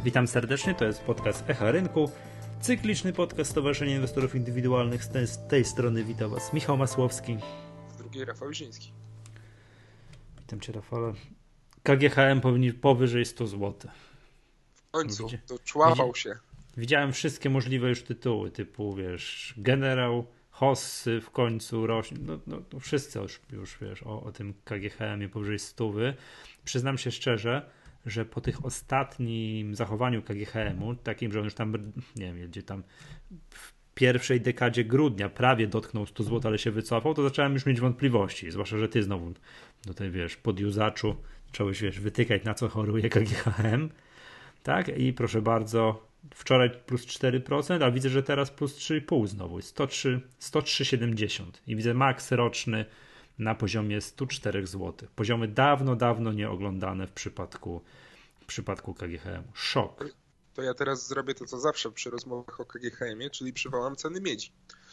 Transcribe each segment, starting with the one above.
Witam serdecznie, to jest podcast Echa Rynku, cykliczny podcast Stowarzyszenia Inwestorów Indywidualnych. Z tej strony witam Was Michał Masłowski. Z drugiej Rafał Ziński. Witam Cię, Rafale. KGHM powyżej 100 zł. W końcu, doczłapał się. Widziałem wszystkie możliwe już tytuły, typu wiesz, Generał, Hossy w końcu rośnie, no wszyscy już wiesz o tym KGHM-ie powyżej 100. Przyznam się szczerze, że po tych ostatnim zachowaniu KGHM-u, takim, że on już tam, nie wiem, gdzie tam w pierwszej dekadzie grudnia prawie dotknął 100 zł, ale się wycofał, to zacząłem już mieć wątpliwości, zwłaszcza, że ty znowu tutaj, wiesz, podjuzaczu zacząłeś, wiesz, wytykać, na co choruje KGHM, tak? I proszę bardzo, wczoraj plus 4%, a widzę, że teraz plus 3,5 znowu, 103,70 i widzę maks roczny na poziomie 104 zł. Poziomy dawno nieoglądane w przypadku KGHM. Szok. To ja teraz zrobię to, co zawsze przy rozmowach o KGHM-ie, czyli przywołam ceny miedzi.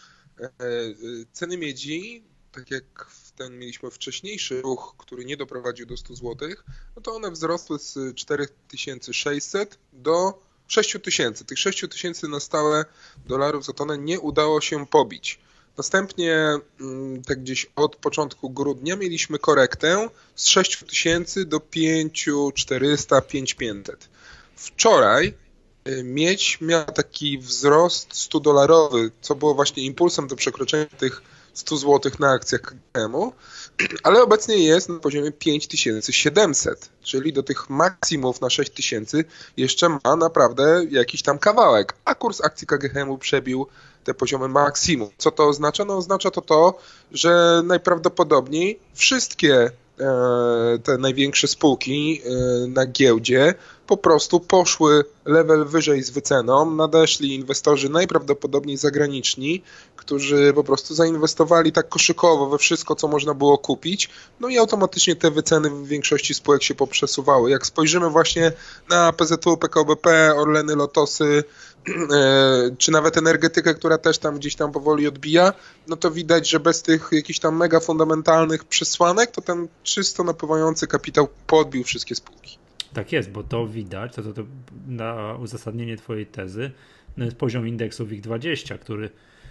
Ceny miedzi, tak jak mieliśmy wcześniejszy ruch, który nie doprowadził do 100 zł, no to one wzrosły z 4600 do 6000. Tych 6000 na stałe dolarów za tonę nie udało się pobić. Następnie, tak gdzieś od początku grudnia, mieliśmy korektę z 6000 do 5400, 5500. Wczoraj miedź miała taki wzrost $100, co było właśnie impulsem do przekroczenia tych 100 zł na akcjach KGHM-u, ale obecnie jest na poziomie 5700, czyli do tych maksimów na 6000 jeszcze ma naprawdę jakiś tam kawałek, a kurs akcji KGHM-u przebił te poziomy maksimum. Co to oznacza? No oznacza to, że najprawdopodobniej wszystkie te największe spółki na giełdzie po prostu poszły level wyżej z wyceną, nadeszli inwestorzy najprawdopodobniej zagraniczni, którzy po prostu zainwestowali tak koszykowo we wszystko, co można było kupić, no i automatycznie te wyceny w większości spółek się poprzesuwały. Jak spojrzymy właśnie na PZU, PKO BP, Orleny, Lotosy, czy nawet energetykę, która też tam gdzieś tam powoli odbija, no to widać, że bez tych jakichś tam mega fundamentalnych przesłanek, to ten czysto napływający kapitał podbił wszystkie spółki. Tak jest, bo to widać, to na uzasadnienie twojej tezy, no jest poziom indeksu WIG20, który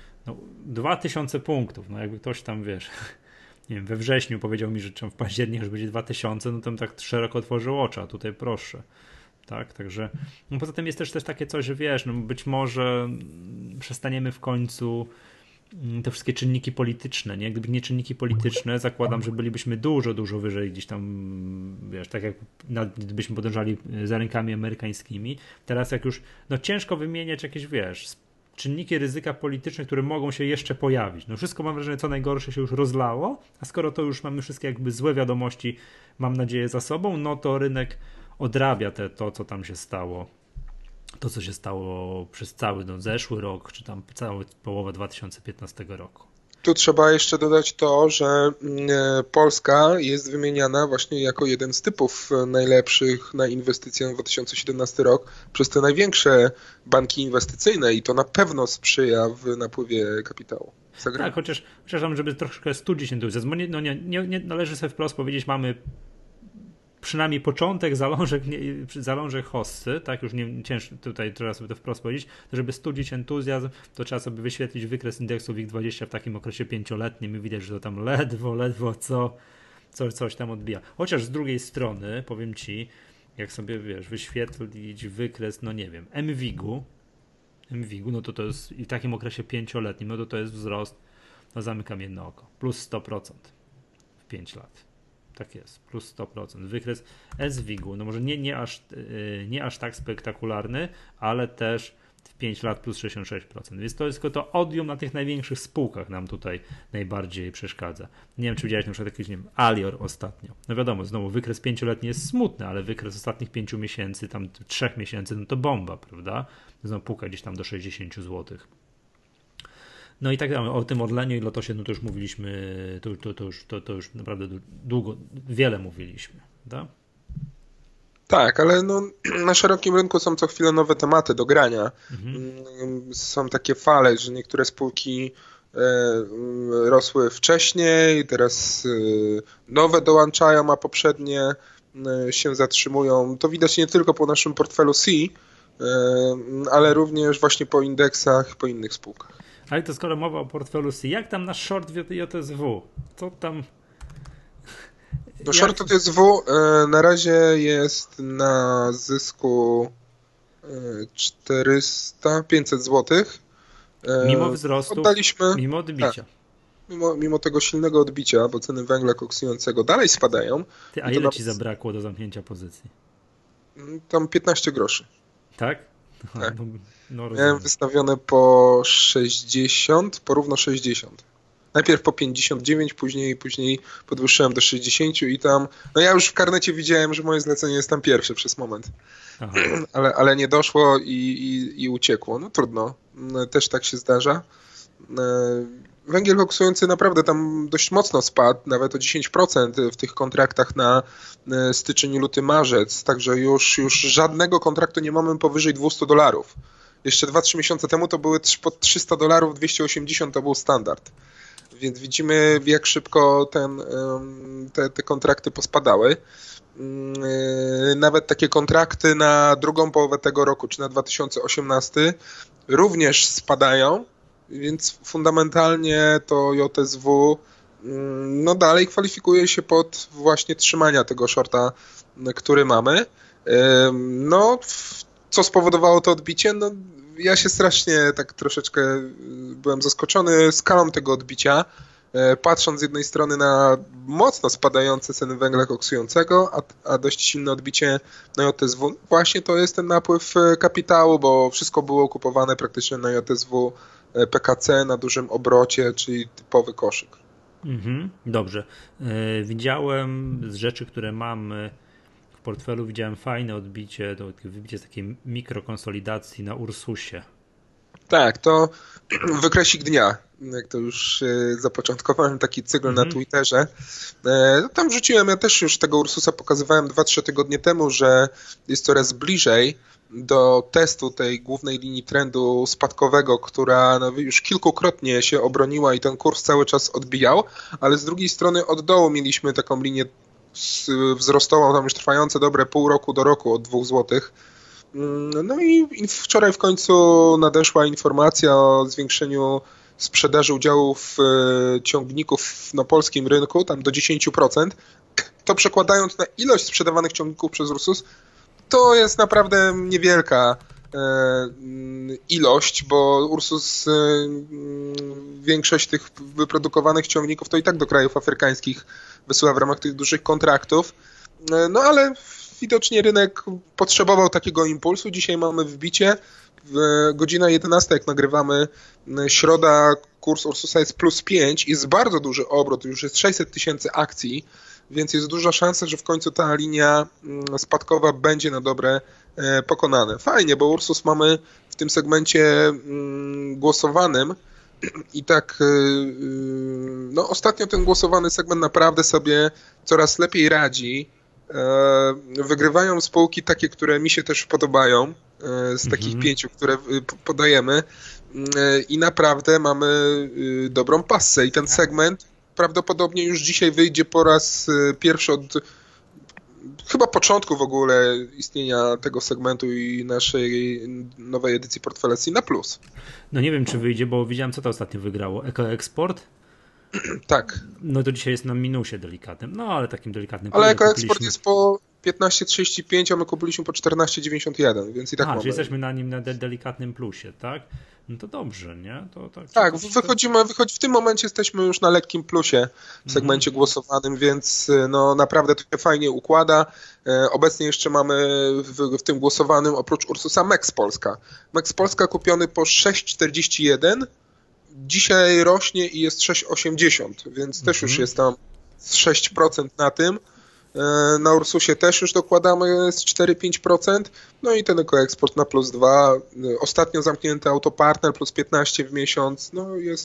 2000 punktów, no jakby ktoś tam, wiesz, nie wiem, we wrześniu powiedział mi, że w październiku, że będzie 2000, no to tak szeroko otworzył oczy, a tutaj proszę. Tak, także no poza tym jest też takie coś, że wiesz, no być może przestaniemy w końcu te wszystkie czynniki polityczne, nie? Gdyby nie czynniki polityczne, zakładam, że bylibyśmy dużo wyżej gdzieś tam, wiesz, tak jak gdybyśmy podążali za rynkami amerykańskimi. Teraz jak już, no ciężko wymieniać jakieś, wiesz, czynniki ryzyka polityczne, które mogą się jeszcze pojawić. No wszystko, mam wrażenie, co najgorsze się już rozlało, a skoro to już mamy wszystkie jakby złe wiadomości, mam nadzieję, za sobą, no to rynek odrabia to, co tam się stało. To, co się stało przez cały zeszły rok, czy tam całą połowę 2015 roku. Tu trzeba jeszcze dodać to, że Polska jest wymieniana właśnie jako jeden z typów najlepszych na inwestycje na 2017 rok przez te największe banki inwestycyjne i to na pewno sprzyja w napływie kapitału. Tak, chociaż żeby troszkę studzić entuzjazm, bo nie należy sobie wprost powiedzieć, mamy przynajmniej początek zalążek Hossy, tak, już nie ciężko tutaj trzeba sobie to wprost powiedzieć, to żeby studzić entuzjazm, to trzeba sobie wyświetlić wykres indeksu WIG20 w takim okresie 5-letnim i widać, że to tam ledwo coś tam odbija. Chociaż z drugiej strony, powiem ci, jak sobie, wiesz, wyświetlić wykres, no nie wiem, MWIG-u, no to jest i w takim okresie 5-letnim, no to jest wzrost, no zamykam jedno oko, plus 100% w 5 lat. Tak jest, plus 100%. Wykres SWIG-u, no może nie aż tak spektakularny, ale też w 5 lat plus 66%. Więc to jest tylko to odium na tych największych spółkach nam tutaj najbardziej przeszkadza. Nie wiem, czy widziałeś na przykład jakiś, nie wiem, Alior ostatnio. No wiadomo, znowu wykres 5-letni jest smutny, ale wykres ostatnich 5 miesięcy, tam 3 miesięcy, no to bomba, prawda? Znowu puka gdzieś tam do 60 zł. No i tak dalej. O tym Orlenie i Lotosie, no to już mówiliśmy, to już naprawdę długo, wiele mówiliśmy, tak? Tak, ale no, na szerokim rynku są co chwilę nowe tematy do grania. Są takie fale, że niektóre spółki rosły wcześniej, teraz nowe dołączają, a poprzednie się zatrzymują. To widać nie tylko po naszym portfelu C, ale również właśnie po indeksach, po innych spółkach. Ale to skoro mowa o portfelu C, jak tam nasz short JSW? Co tam... No short JSW na razie jest na zysku 400-500 zł. Mimo wzrostu, oddaliśmy, mimo odbicia. Tak, mimo tego silnego odbicia, bo ceny węgla koksującego dalej spadają. A ile ci zabrakło do zamknięcia pozycji? Tam 15 groszy. Tak? Tak. No, miałem wystawione po 60, po równo 60. Najpierw po 59, później podwyższyłem do 60 i tam, no ja już w karnecie widziałem, że moje zlecenie jest tam pierwsze przez moment. Ale nie doszło i uciekło. No trudno, też tak się zdarza. Węgiel koksujący naprawdę tam dość mocno spadł, nawet o 10% w tych kontraktach na styczeń, luty, marzec, także już żadnego kontraktu nie mamy powyżej $200. Jeszcze 2-3 miesiące temu to były pod $300, 280 to był standard. Więc widzimy, jak szybko te kontrakty pospadały. Nawet takie kontrakty na drugą połowę tego roku, czy na 2018 również spadają, więc fundamentalnie to JSW no dalej kwalifikuje się pod właśnie trzymania tego shorta, który mamy. No, co spowodowało to odbicie? No, ja się strasznie tak troszeczkę byłem zaskoczony skalą tego odbicia, patrząc z jednej strony na mocno spadające ceny węgla koksującego, a dość silne odbicie na JSW. Właśnie to jest ten napływ kapitału, bo wszystko było kupowane praktycznie na JSW PKC na dużym obrocie, czyli typowy koszyk. Dobrze. Widziałem z rzeczy, które mam w portfelu, widziałem fajne odbicie, to wybicie z takiej mikrokonsolidacji na Ursusie. Tak, to wykresik dnia, jak to już zapoczątkowałem taki cykl na Twitterze. Tam wrzuciłem, ja też już tego Ursusa pokazywałem 2-3 tygodnie temu, że jest coraz bliżej do testu tej głównej linii trendu spadkowego, która no, już kilkukrotnie się obroniła i ten kurs cały czas odbijał, ale z drugiej strony od dołu mieliśmy taką linię wzrostową, tam już trwające dobre pół roku do roku od 2 zł. No i wczoraj w końcu nadeszła informacja o zwiększeniu sprzedaży udziałów ciągników na polskim rynku, tam do 10%. To przekładając na ilość sprzedawanych ciągników przez Ursus, to jest naprawdę niewielka ilość, bo Ursus większość tych wyprodukowanych ciągników to i tak do krajów afrykańskich wysyła w ramach tych dużych kontraktów. No ale widocznie rynek potrzebował takiego impulsu. Dzisiaj mamy wbicie. Godzina 11, jak nagrywamy, środa, kurs Ursusa jest +5 i jest bardzo duży obrót, już jest 600 000 akcji, więc jest duża szansa, że w końcu ta linia spadkowa będzie na dobre pokonana. Fajnie, bo Ursus mamy w tym segmencie głosowanym i tak no ostatnio ten głosowany segment naprawdę sobie coraz lepiej radzi. Wygrywają spółki takie, które mi się też podobają, z takich 5, które podajemy i naprawdę mamy dobrą passę i ten segment prawdopodobnie już dzisiaj wyjdzie po raz pierwszy od chyba początku w ogóle istnienia tego segmentu i naszej nowej edycji portfela C na plus. No nie wiem, czy wyjdzie, bo widziałem, co to ostatnio wygrało. EcoExport? Tak. No to dzisiaj jest na minusie delikatnym, no ale takim delikatnym. Ale EcoExport jest po 15,35, a my kupiliśmy po 14,91, więc i tak mamy. Czyli jesteśmy na nim na delikatnym plusie, tak? No to dobrze, nie? Tak, w tym momencie jesteśmy już na lekkim plusie w segmencie głosowanym, więc no naprawdę to się fajnie układa. Obecnie jeszcze mamy w tym głosowanym oprócz Ursusa Mex Polska. Mex Polska kupiony po 6,41, dzisiaj rośnie i jest 6,80, więc też już jest tam 6% na tym. Na Ursusie też już dokładamy, jest 4-5%, no i ten EcoExport na +2, ostatnio zamknięty Autopartner +15 w miesiąc, no jest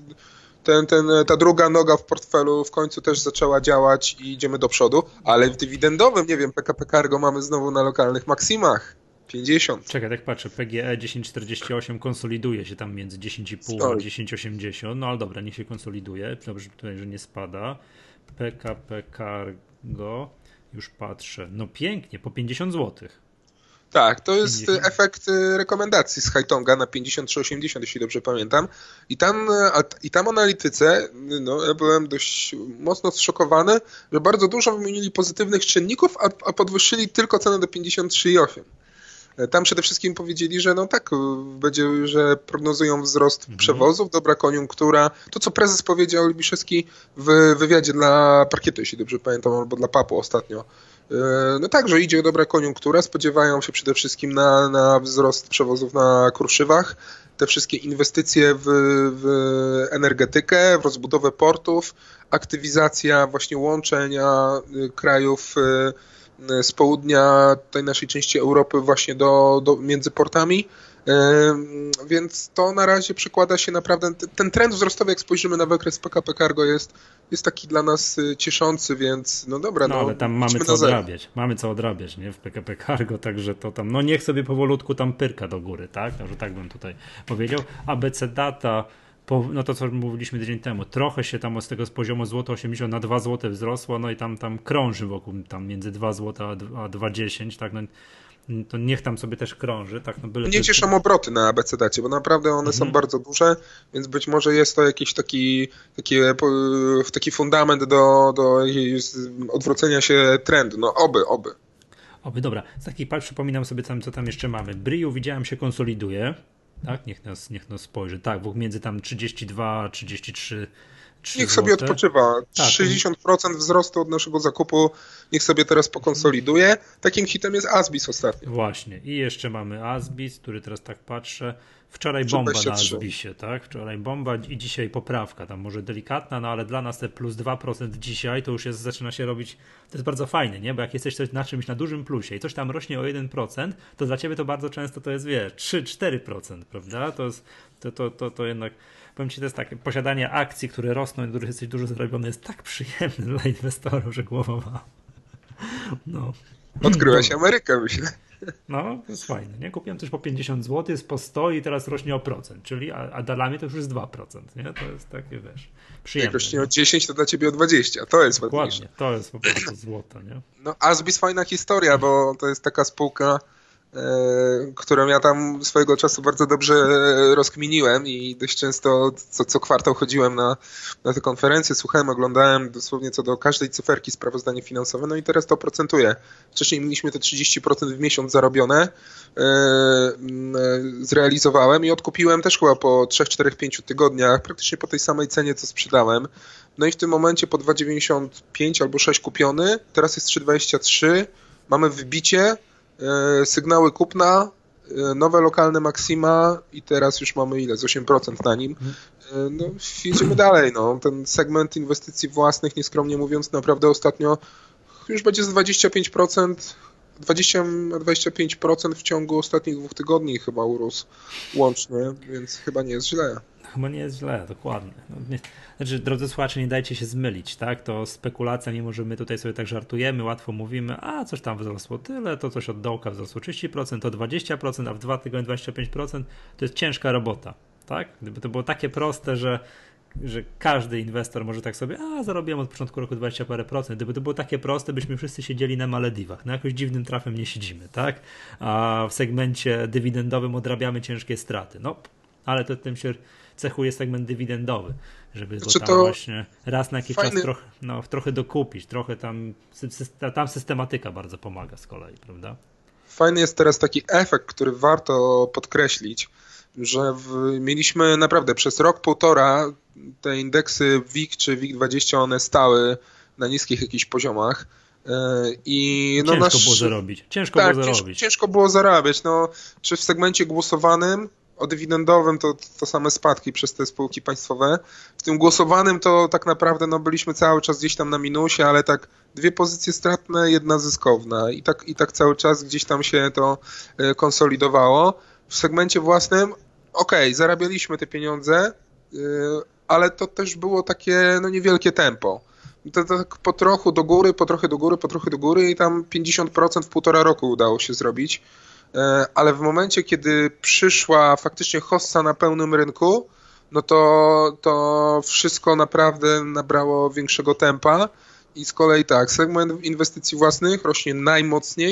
ta druga noga w portfelu w końcu też zaczęła działać i idziemy do przodu, ale w dywidendowym, nie wiem, PKP Cargo mamy znowu na lokalnych maksimach. 50. Czekaj, tak patrzę, PGE 10,48 konsoliduje się tam między 10,5 a 10,80, no ale dobra, niech się konsoliduje, dobrze tutaj, że nie spada. PKP Cargo, już patrzę, no pięknie, po 50 zł. Tak, to jest 50. efekt rekomendacji z Haitonga na 53,80, jeśli dobrze pamiętam. I tam analitycy, no, ja byłem dość mocno zszokowany, że bardzo dużo wymienili pozytywnych czynników, a podwyższyli tylko cenę do 53,8. Tam przede wszystkim powiedzieli, że no tak, będzie, że prognozują wzrost przewozów, dobra koniunktura. To, co prezes powiedział Libiszewski w wywiadzie dla Parkietu, jeśli dobrze pamiętam, albo dla PAP-u ostatnio. No tak, że idzie dobra koniunktura, spodziewają się przede wszystkim na wzrost przewozów na Kruszywach. Te wszystkie inwestycje w energetykę, w rozbudowę portów, aktywizacja właśnie łączenia krajów z południa tej naszej części Europy właśnie między portami, więc to na razie przekłada się naprawdę, ten trend wzrostowy, jak spojrzymy na wykres PKP Cargo jest taki dla nas cieszący, więc no dobra. No ale tam mamy co odrabiać, nie, w PKP Cargo, także to tam, no niech sobie powolutku tam pyrka do góry, tak, że tak bym tutaj powiedział. ABC Data, no to co mówiliśmy tydzień temu, trochę się tam z tego z poziomu złoto 80 na 2 zł wzrosło, no i tam krąży wokół, tam między 2 zł a 2,10, tak, no to niech tam sobie też krąży. Tak, no mnie cieszą obroty na ABC-dacie, bo naprawdę one są bardzo duże, więc być może jest to jakiś taki fundament do odwrócenia się trendu. No oby. Dobra. Z takich przypominam sobie, co tam jeszcze mamy. Briu widziałem się konsoliduje. Tak, niech nas spojrzy. Tak, między tam 32, 33. Niech sobie odpoczywa. Tak. 60% wzrostu od naszego zakupu, niech sobie teraz pokonsoliduje. Takim hitem jest Asbis ostatnio. Właśnie. I jeszcze mamy Asbis, który teraz tak patrzę. Wczoraj bomba 23. Na Asbisie, tak? Wczoraj bomba i dzisiaj poprawka. Tam może delikatna, no ale dla nas te plus 2% dzisiaj to już zaczyna się robić, to jest bardzo fajne, nie? Bo jak jesteś na czymś na dużym plusie i coś tam rośnie o 1%, to dla ciebie to bardzo często to jest, 3-4%, prawda? To jednak, powiem ci, to jest takie posiadanie akcji, które rosną i do których jesteś dużo zarobiony, jest tak przyjemne dla inwestorów, że głowa ma. No. Odkryłeś Amerykę, myślę. No, to jest fajne, nie? Kupiłem coś po 50 zł, jest po 100 i teraz rośnie o procent, czyli a dla mnie to już jest 2%, nie? To jest takie, przyjemne. Jak rośnie o 10, to dla ciebie o 20, to jest dokładnie, ważniejsze. To jest po prostu złoto, nie? No, Asbis fajna historia, bo to jest taka spółka, którą ja tam swojego czasu bardzo dobrze rozkminiłem i dość często co kwartał chodziłem na te konferencje, słuchałem, oglądałem dosłownie co do każdej cyferki sprawozdanie finansowe, no i teraz to procentuję. Wcześniej mieliśmy te 30% w miesiąc zarobione, zrealizowałem i odkupiłem też chyba po 3, 4, 5 tygodniach, praktycznie po tej samej cenie, co sprzedałem. No i w tym momencie po 2,95 albo 6 kupiony, teraz jest 3,23, mamy wbicie, sygnały kupna, nowe lokalne maksima i teraz już mamy ile? Z 8% na nim. No, idziemy dalej. No. Ten segment inwestycji własnych, nieskromnie mówiąc, naprawdę ostatnio już będzie z 25%, 20-25% w ciągu ostatnich 2 tygodni chyba urósł łącznie, więc chyba nie jest źle. Chyba nie jest źle, dokładnie. Znaczy, drodzy słuchacze, nie dajcie się zmylić, tak? To spekulacja, mimo że my tutaj sobie tak żartujemy, łatwo mówimy, a coś tam wzrosło tyle, to coś od dołka wzrosło 30%, to 20%, a w 2 tygodnie 25%, to jest ciężka robota, tak? Gdyby to było takie proste, że każdy inwestor może tak sobie, zarobiłem od początku roku 20 parę procent. Gdyby to było takie proste, byśmy wszyscy siedzieli na Malediwach. No jakoś dziwnym trafem nie siedzimy, tak? A w segmencie dywidendowym odrabiamy ciężkie straty. No, ale to tym się cechuje segment dywidendowy, żeby go tam właśnie raz na jakiś czas trochę dokupić, trochę tam systematyka bardzo pomaga z kolei, prawda? Fajny jest teraz taki efekt, który warto podkreślić, że mieliśmy naprawdę przez rok, półtora te indeksy WIG czy WIG20, one stały na niskich jakichś poziomach. I ciężko było zarobić. Ciężko było zarabiać. No, czy w segmencie głosowanym, o dywidendowym to same spadki przez te spółki państwowe. W tym głosowanym to tak naprawdę byliśmy cały czas gdzieś tam na minusie, ale tak 2 pozycje stratne, 1 zyskowna. I tak cały czas gdzieś tam się to konsolidowało. W segmencie własnym, zarabialiśmy te pieniądze, ale to też było takie niewielkie tempo. To tak po trochu do góry, po trochę do góry i tam 50% w 1,5 roku udało się zrobić. Ale w momencie, kiedy przyszła faktycznie hossa na pełnym rynku, no to wszystko naprawdę nabrało większego tempa i z kolei tak, segment inwestycji własnych rośnie najmocniej,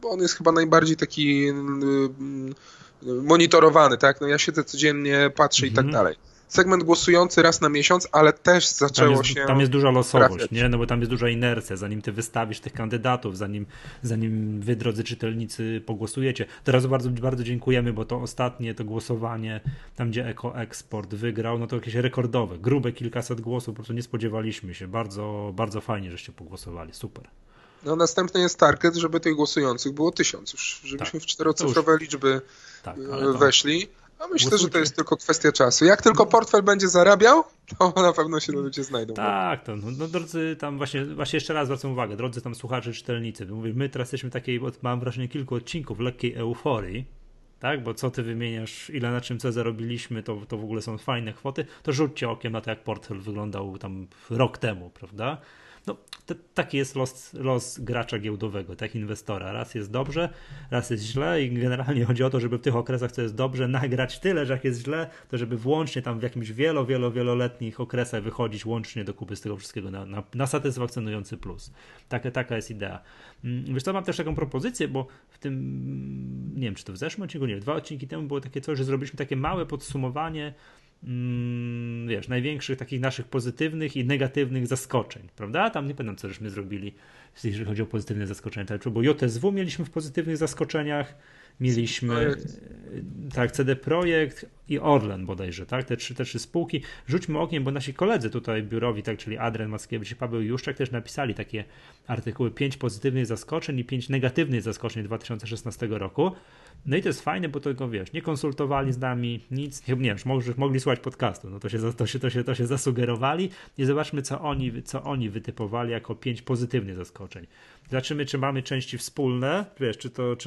bo on jest chyba najbardziej taki monitorowany, tak? No ja siedzę codziennie, patrzę i tak dalej. Segment głosujący raz na miesiąc, ale też zaczęło się... Tam jest duża losowość, trafiać. nie? No bo tam jest duża inercja, zanim ty wystawisz tych kandydatów, zanim wy, drodzy czytelnicy, pogłosujecie. Teraz bardzo, bardzo dziękujemy, bo to ostatnie, to głosowanie, tam gdzie EcoExport wygrał, no to jakieś rekordowe, grube kilkaset głosów, po prostu nie spodziewaliśmy się. Bardzo, bardzo fajnie, żeście pogłosowali, super. No następny jest target, żeby tych głosujących było 1000 już, żebyśmy w czterocyfrowe liczby weszli. A myślę, że to jest tylko kwestia czasu. Jak tylko portfel będzie zarabiał, to na pewno się ludzie znajdą. Tak, to no drodzy, tam właśnie jeszcze raz zwracam uwagę, drodzy tam słuchacze, czytelnicy, my teraz jesteśmy takiej, mam wrażenie, kilku odcinków lekkiej euforii, tak, bo co ty wymieniasz, ile na czym co zarobiliśmy, to w ogóle są fajne kwoty, to rzućcie okiem na to, jak portfel wyglądał tam rok temu, prawda? No, taki jest los gracza giełdowego, tak, inwestora. Raz jest dobrze, raz jest źle i generalnie chodzi o to, żeby w tych okresach, co jest dobrze, nagrać tyle, że jak jest źle, to żeby włącznie tam w jakimś wieloletnich okresach wychodzić łącznie do kupy z tego wszystkiego na satysfakcjonujący plus. Taka jest idea. Wiesz co, mam też taką propozycję, bo w tym, nie wiem, czy to w zeszłym odcinku, nie, 2 odcinki temu było takie coś, że zrobiliśmy takie małe podsumowanie wiesz, największych takich naszych pozytywnych i negatywnych zaskoczeń, prawda? Tam nie pamiętam, co żeśmy zrobili, jeżeli chodzi o pozytywne zaskoczenia, bo JSW mieliśmy w pozytywnych zaskoczeniach, mieliśmy tak, CD Projekt i Orlen bodajże, tak? Te trzy spółki. Rzućmy okiem, bo nasi koledzy tutaj biurowi, tak, czyli Adrian Mackiewicz i Paweł Juszczak też napisali takie artykuły 5 pozytywnych zaskoczeń i 5 negatywnych zaskoczeń 2016 roku. No i to jest fajne, bo tego, wiesz, nie konsultowali z nami nic, nie wiem, mogli słuchać podcastu, no to się zasugerowali i zobaczmy, co oni wytypowali jako 5 pozytywnych zaskoczeń. Zobaczymy, czy mamy części wspólne, wiesz,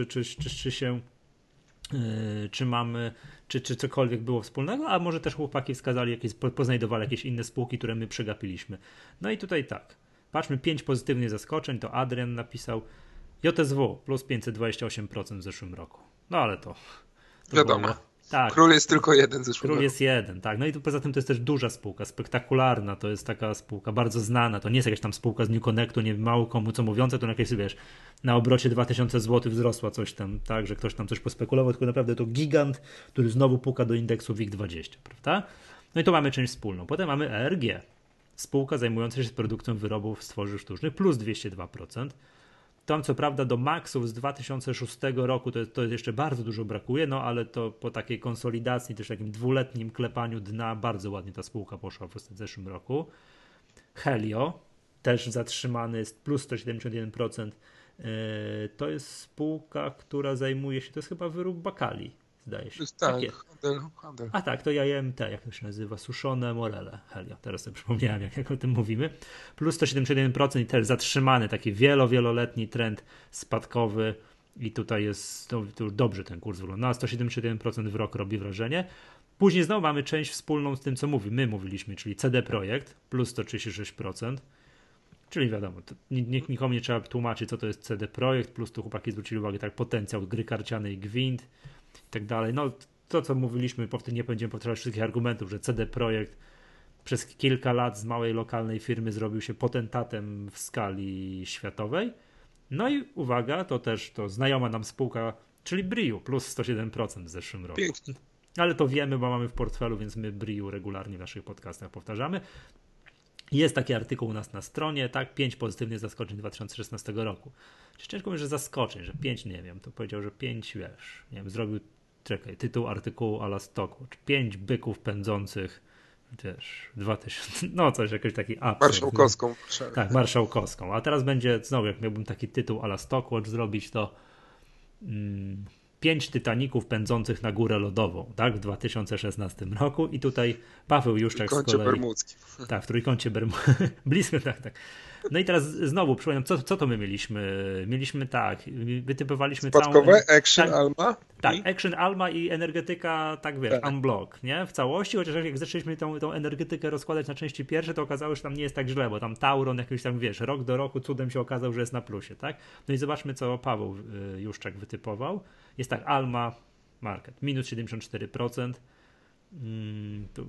czy cokolwiek było wspólnego, a może też chłopaki wskazali, poznajdowali jakieś inne spółki, które my przegapiliśmy. No i tutaj tak, patrzmy, 5 pozytywnych zaskoczeń, to Adrian napisał JSW plus 528% w zeszłym roku. No ale to wiadomo. Było, tak. Król jest tylko jeden ze Król jest jeden, tak. No i tu poza tym to jest też duża spółka, spektakularna, to jest taka spółka bardzo znana, to nie jest jakaś tam spółka z New Connectu, nie mało komu co mówiąca, to jakieś, wiesz, na obrocie 2000 zł wzrosła coś tam, tak, że ktoś tam coś pospekulował, tylko naprawdę to gigant, który znowu puka do indeksu WIG20, prawda? No i tu mamy część wspólną. Potem mamy ERG, spółka zajmująca się produkcją wyrobów z tworzyw sztucznych, plus 202%. Tam co prawda do maksów z 2006 roku to jeszcze bardzo dużo brakuje, no ale to po takiej konsolidacji, też takim dwuletnim klepaniu dna bardzo ładnie ta spółka poszła w zeszłym roku. Helio też zatrzymany jest plus 171%. To jest spółka, która zajmuje się, to jest chyba wyrób bakali, zdaje się. Tak, handel. A tak, to JMT, jak to się nazywa, suszone morele, Helio, teraz sobie przypomniałem, jak o tym mówimy. Plus 171% i też zatrzymany taki wieloletni trend spadkowy i tutaj jest, to już dobrze ten kurs wygląda, no, 171% w rok robi wrażenie. Później znowu mamy część wspólną z tym, co my mówiliśmy, czyli CD Projekt, plus 136%. Czyli wiadomo, nikomu nie trzeba tłumaczyć, co to jest CD Projekt, plus tu chłopaki zwrócili uwagę, tak, potencjał gry karcianej Gwint i tak dalej. No to, co mówiliśmy, nie będziemy powtarzać wszystkich argumentów, że CD Projekt przez kilka lat z małej lokalnej firmy zrobił się potentatem w skali światowej. No i uwaga, to też to znajoma nam spółka, czyli Briu, plus 107% w zeszłym roku. Pięknie. Ale to wiemy, bo mamy w portfelu, więc my Briu regularnie w naszych podcastach powtarzamy. Jest taki artykuł u nas na stronie, tak, 5 pozytywnych zaskoczeń 2016 roku. Czy ciężko mówić, że zaskoczeń, że 5, nie wiem, to powiedział, że 5, wiesz, nie wiem, zrobił, tytuł artykułu a la Stockwatch, 5 byków pędzących, wiesz, 2000, no coś, jakiś taki absurd. Marszałkowską. Tak, marszałkowską. A teraz będzie, znowu, jak miałbym taki tytuł a la Stockwatch zrobić, to 5 Titaników pędzących na górę lodową, tak, w 2016 roku i tutaj Paweł Juszczak z kolei. Bermudzkim. Tak, w trójkącie bermudzkim. Blisko, tak. No i teraz znowu przypominam, co to my mieliśmy? Mieliśmy tak, wytypowaliśmy spadkowe, Action, tak, Alma? Tak, Action, Alma i energetyka, tak wiesz, tak. Unblock, nie? W całości, chociaż jak zaczęliśmy tą energetykę rozkładać na części pierwsze, to okazało się, że tam nie jest tak źle, bo tam Tauron jakiś tam, wiesz, rok do roku cudem się okazał, że jest na plusie, tak? No i zobaczmy, co Paweł Juszczak wytypował. Jest tak, Alma Market, minus 74%.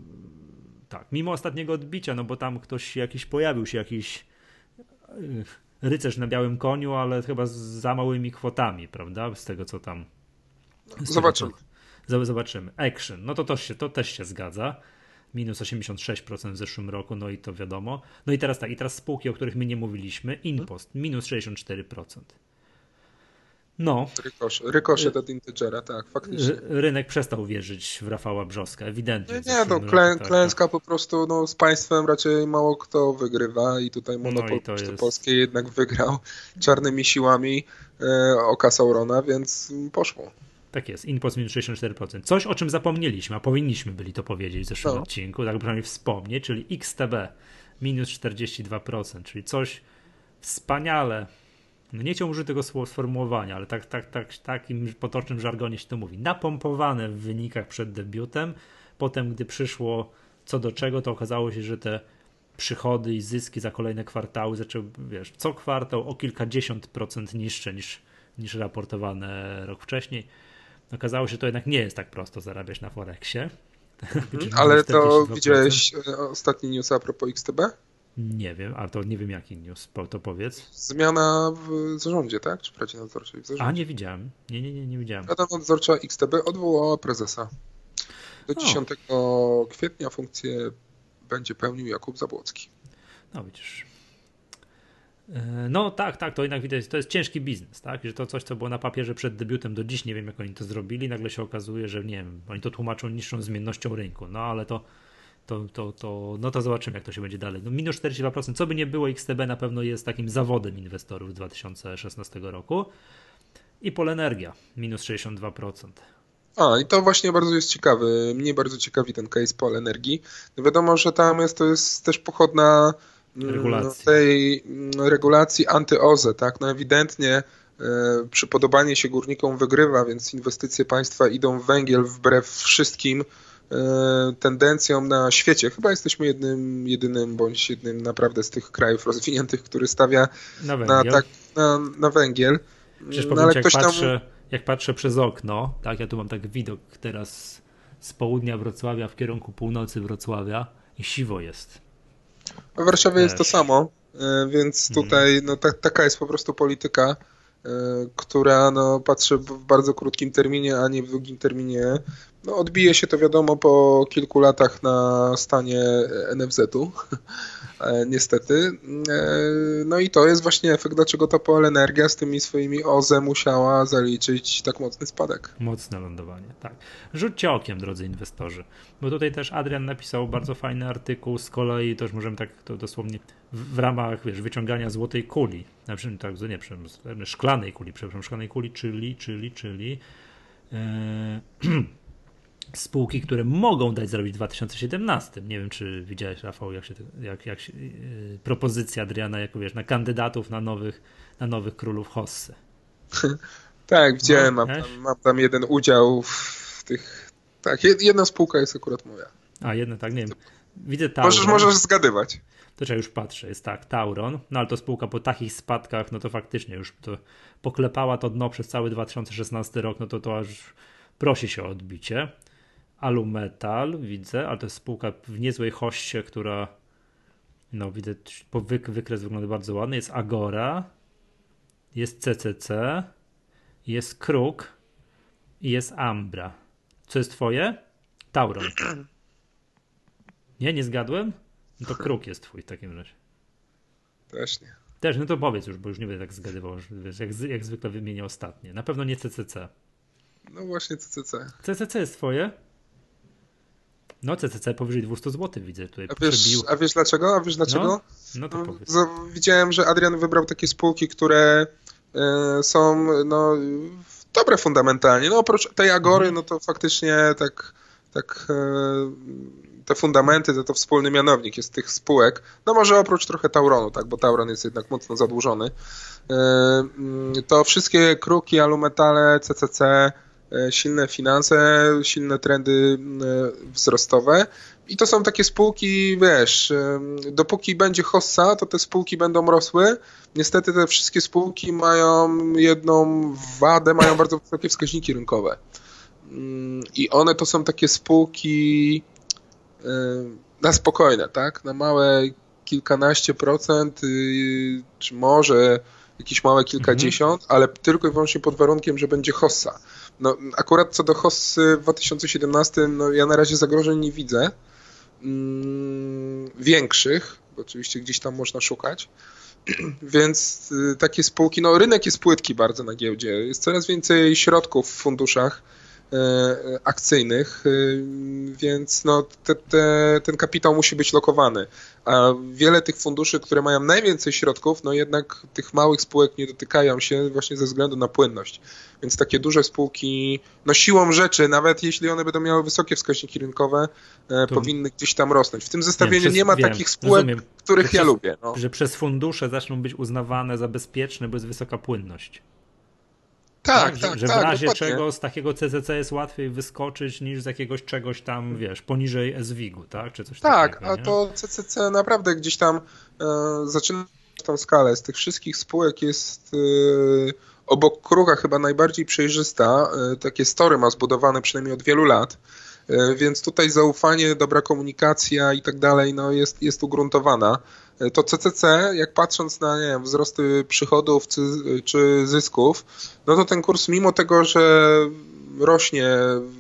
Tak, mimo ostatniego odbicia, no bo tam pojawił się jakiś rycerz na białym koniu, ale chyba z za małymi kwotami, prawda? Z tego, co tam... Zobaczymy. Zobaczymy. Action, no to też się zgadza. Minus 86% w zeszłym roku, no i to wiadomo. No i teraz tak, i teraz spółki, o których my nie mówiliśmy. Inpost, minus 64%. No. Rykoszet od Integera, tak, faktycznie. Rynek przestał wierzyć w Rafała Brzoska, ewidentnie. Klęska po prostu, no z państwem raczej mało kto wygrywa i tutaj monopol Poczty Polskiej jednak wygrał czarnymi siłami oka Saurona, więc poszło. Tak jest, Inpost minus 64%. Coś, o czym zapomnieliśmy, a powinniśmy byli to powiedzieć w zeszłym odcinku, tak przynajmniej wspomnieć, czyli XTB minus 42%, czyli coś wspaniale, no nie chciałbym użyć tego sformułowania, ale takim potocznym żargonie się to mówi, napompowane w wynikach przed debiutem, potem gdy przyszło co do czego, to okazało się, że te przychody i zyski za kolejne kwartały zaczęły, co kwartał o kilkadziesiąt procent niższe niż raportowane rok wcześniej. Okazało się, że to jednak nie jest tak prosto zarabiać na Forexie. Ale to widziałeś ostatni news a propos XTB? Nie wiem, ale to nie wiem jaki news, to powiedz. Zmiana w zarządzie, tak? Czy w Radzie Nadzorczej? W zarządzie. A, nie widziałem. Nie widziałem. Rada Nadzorcza XTB odwołała prezesa. Do 10 kwietnia funkcję będzie pełnił Jakub Zabłocki. No widzisz. No tak, to jednak widać, to jest ciężki biznes, tak? Że to coś, co było na papierze przed debiutem, do dziś nie wiem, jak oni to zrobili, nagle się okazuje, że nie wiem, oni to tłumaczą niższą zmiennością rynku, no ale to zobaczymy, jak to się będzie dalej. No minus 42%, co by nie było, XTB na pewno jest takim zawodem inwestorów 2016 roku. I Polenergia, minus 62%. I to właśnie bardzo jest ciekawy. Mnie bardzo ciekawi ten case Polenergii. No wiadomo, że tam to jest też pochodna tej regulacji anty-OZE, tak? No ewidentnie przypodobanie się górnikom wygrywa, więc inwestycje państwa idą w węgiel wbrew wszystkim tendencjom na świecie. Chyba jesteśmy jedynym bądź jednym naprawdę z tych krajów rozwiniętych, który stawia na węgiel. Przecież powiem jak patrzę przez okno, tak, ja tu mam tak widok teraz z południa Wrocławia w kierunku północy Wrocławia i siwo jest. W Warszawie jest to samo, więc tutaj taka jest po prostu polityka, która patrzy w bardzo krótkim terminie, a nie w długim terminie. Odbije się to wiadomo po kilku latach na stanie NFZ-u, niestety. No i to jest właśnie efekt, dlaczego ta Polenergia z tymi swoimi OZE musiała zaliczyć tak mocny spadek. Mocne lądowanie, tak. Rzućcie okiem, drodzy inwestorzy, bo tutaj też Adrian napisał bardzo fajny artykuł, z kolei też możemy tak to dosłownie w ramach, wyciągania złotej kuli, szklanej kuli, czyli spółki, które mogą dać zrobić w 2017. Nie wiem, czy widziałeś, Rafał, jak się propozycja Adriana, jak na kandydatów na nowych królów hossy. Tak, widziałem, mam tam jeden udział w tych. Tak, jedna spółka jest akurat moja. A jedna, tak, nie wiem. Widzę Tauron. Możesz zgadywać. To ja już patrzę, jest tak, Tauron, ale to spółka po takich spadkach, to faktycznie już to poklepała to dno przez cały 2016 rok, to aż prosi się o odbicie. Alumetal widzę, ale to jest spółka w niezłej hoście, która widzę, wykres wygląda bardzo ładny. Jest Agora, jest CCC, jest Kruk i jest Ambra. Co jest twoje? Tauron. Nie zgadłem? No to Kruk jest twój w takim razie. Też nie. Też, to powiedz już, bo już nie będę tak zgadywał, jak zwykle wymienię ostatnie. Na pewno nie CCC. No właśnie CCC. CCC jest twoje? No CCC powyżej 200 zł widzę tutaj. A wiesz dlaczego? No to powiedz. Widziałem, że Adrian wybrał takie spółki, które są dobre fundamentalnie. Oprócz tej Agory, to faktycznie tak te fundamenty, to wspólny mianownik jest tych spółek. Może oprócz trochę Tauronu, tak, bo Tauron jest jednak mocno zadłużony. To wszystkie Kruki, Alumetale, CCC, silne finanse, silne trendy wzrostowe i to są takie spółki, dopóki będzie hossa, to te spółki będą rosły. Niestety te wszystkie spółki mają jedną wadę, mają bardzo wysokie wskaźniki rynkowe i one to są takie spółki na spokojne, tak, na małe kilkanaście procent, czy może jakieś małe kilkadziesiąt, ale tylko i wyłącznie pod warunkiem, że będzie hossa. No, akurat co do hossy w 2017, no ja na razie zagrożeń nie widzę. Większych, bo oczywiście gdzieś tam można szukać. Więc takie spółki, no rynek jest płytki bardzo na giełdzie. Jest coraz więcej środków w funduszach akcyjnych, więc no ten kapitał musi być lokowany. A wiele tych funduszy, które mają najwięcej środków, no jednak tych małych spółek nie dotykają się właśnie ze względu na płynność. Więc takie duże spółki, no siłą rzeczy, nawet jeśli one będą miały wysokie wskaźniki rynkowe, powinny gdzieś tam rosnąć. W tym zestawieniu nie ma takich spółek, których ja lubię. No. Że przez fundusze zaczną być uznawane za bezpieczne, bo jest wysoka płynność. Tak, że w razie czego z takiego CCC jest łatwiej wyskoczyć niż z jakiegoś czegoś tam, wiesz, poniżej SWIG-u, tak? Czy coś takiego. Tak, a to CCC naprawdę gdzieś tam zaczyna tą skalę. Z tych wszystkich spółek jest obok Krucha chyba najbardziej przejrzysta. Takie story ma zbudowane przynajmniej od wielu lat. Więc tutaj zaufanie, dobra komunikacja i tak dalej, no jest ugruntowana. To CCC, jak patrząc na, nie wiem, wzrosty przychodów czy zysków, no to ten kurs mimo tego, że rośnie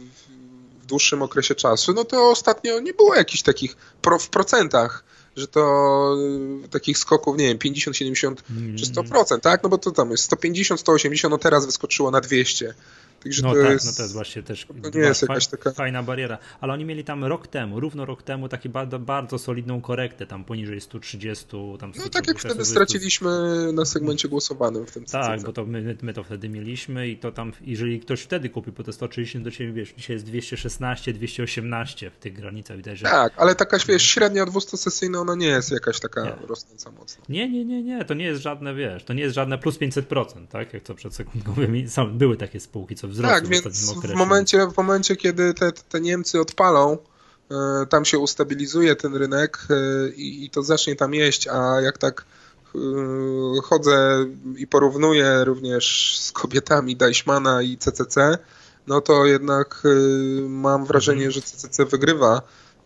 w dłuższym okresie czasu, no to ostatnio nie było jakichś takich w procentach, że to takich skoków, nie wiem, 50, 70 czy 100%, tak? No bo to tam jest 150, 180, no teraz wyskoczyło na 200. Także no to tak, jest, no to jest właśnie też to nie jest jakaś taka fajna bariera. Ale oni mieli tam równo rok temu taki bardzo solidną korektę, tam poniżej 130. Tam no tak jak wtedy straciliśmy na segmencie głosowanym w tym CCC. Tak, bo to my to wtedy mieliśmy i to tam, jeżeli ktoś wtedy kupił po te 130, to ciebie, wiesz, dzisiaj jest 216, 218 w tych granicach. Widać, że... Tak, ale taka, wiesz, średnia 200-sesyjna, ona nie jest jakaś taka rosnąca mocno. Nie, to nie jest żadne, wiesz, to nie jest żadne plus 500%, tak, jak to przed sekundką były takie spółki, co wzrosły tak, w ostatnim okresie. W momencie, kiedy te Niemcy odpalą, tam się ustabilizuje ten rynek i to zacznie tam jeść, a jak tak chodzę i porównuję również z kobietami Deichmana i CCC, no to jednak mam wrażenie, że CCC wygrywa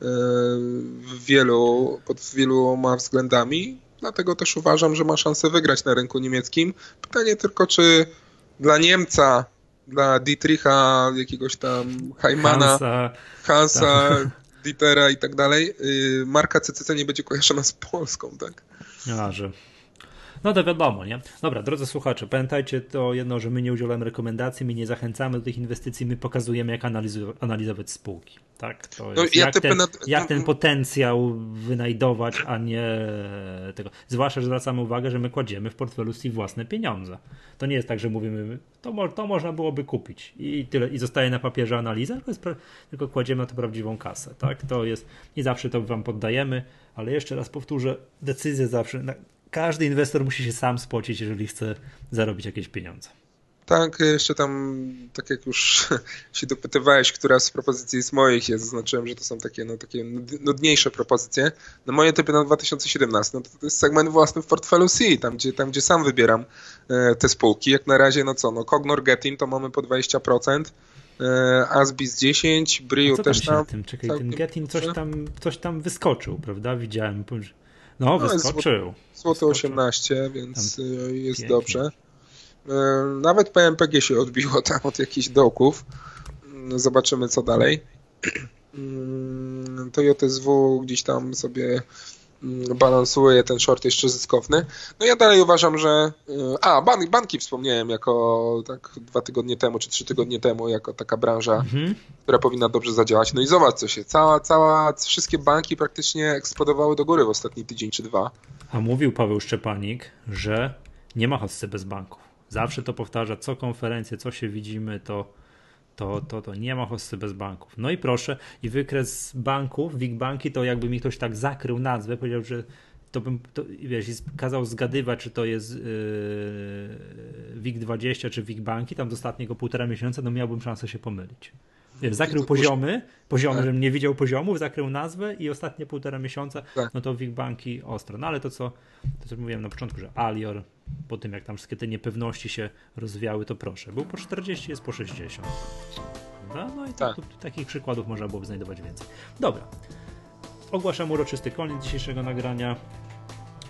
pod wieloma względami, dlatego też uważam, że ma szansę wygrać na rynku niemieckim. Pytanie tylko, czy dla Niemca, dla Dietricha, jakiegoś tam Heimana, Hansa, Dietera i tak dalej, marka CCC nie będzie kojarzona z Polską, tak? No to wiadomo, nie? Dobra, drodzy słuchacze, pamiętajcie to jedno, że my nie udzielamy rekomendacji, my nie zachęcamy do tych inwestycji, my pokazujemy, jak analizować spółki. Tak? To jest jak ten potencjał wynajdować, a nie tego. Zwłaszcza, że zwracamy uwagę, że my kładziemy w portfelu Steve własne pieniądze. To nie jest tak, że mówimy, to można byłoby kupić i tyle, i zostaje na papierze analiza, tylko kładziemy na to prawdziwą kasę. Tak? To jest, nie zawsze to wam poddajemy, ale jeszcze raz powtórzę, decyzję zawsze... Każdy inwestor musi się sam spocić, jeżeli chce zarobić jakieś pieniądze. Tak, jeszcze tam, tak jak już się dopytywałeś, która z propozycji jest moich, ja zaznaczyłem, że to są takie nudniejsze propozycje. No moje typy na 2017, no to jest segment własny w portfelu C, tam gdzie sam wybieram te spółki. Jak na razie, Cognor Getin to mamy po 20%, Asbis 10, Brio też tam. Czekaj, ten Getin coś tam wyskoczył, prawda? Widziałem. No, wyskoczył. Złoto 18, więc jest pięknie. Dobrze. Nawet PMPG się odbiło tam od jakichś dołków. Zobaczymy, co dalej. To JSW gdzieś tam sobie balansuje, ten short jeszcze zyskowny. No ja dalej uważam, że... banki wspomniałem jako tak 2 tygodnie temu, czy 3 tygodnie temu, jako taka branża, która powinna dobrze zadziałać. No i zobacz, co się... Wszystkie banki praktycznie eksplodowały do góry w ostatni tydzień czy 2. A mówił Paweł Szczepanik, że nie ma hossy bez banków. Zawsze to powtarza, co konferencje, co się widzimy, to nie ma hossy bez banków. No i proszę, i wykres banków, WIG banki, to jakby mi ktoś tak zakrył nazwę, powiedział, że wiesz, kazał zgadywać, czy to jest WIG20 czy WIG banki, tam do ostatniego 1,5 miesiąca, no miałbym szansę się pomylić. Wiesz, zakrył poziomy, tak. Żebym nie widział poziomów, zakrył nazwę i ostatnie 1,5 miesiąca, no to WIG banki ostro. No ale to co mówiłem na początku, że Alior, po tym jak tam wszystkie te niepewności się rozwijały, to proszę, był po 40, jest po 60. No i takich przykładów można byłoby znajdować więcej. Dobra, ogłaszam uroczysty koniec dzisiejszego nagrania.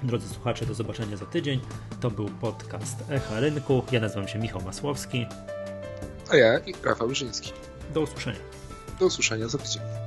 Drodzy słuchacze, do zobaczenia za tydzień. To był podcast Echa Rynku. Ja nazywam się Michał Masłowski. A ja i Rafał Żyński. Do usłyszenia. Do usłyszenia za tydzień.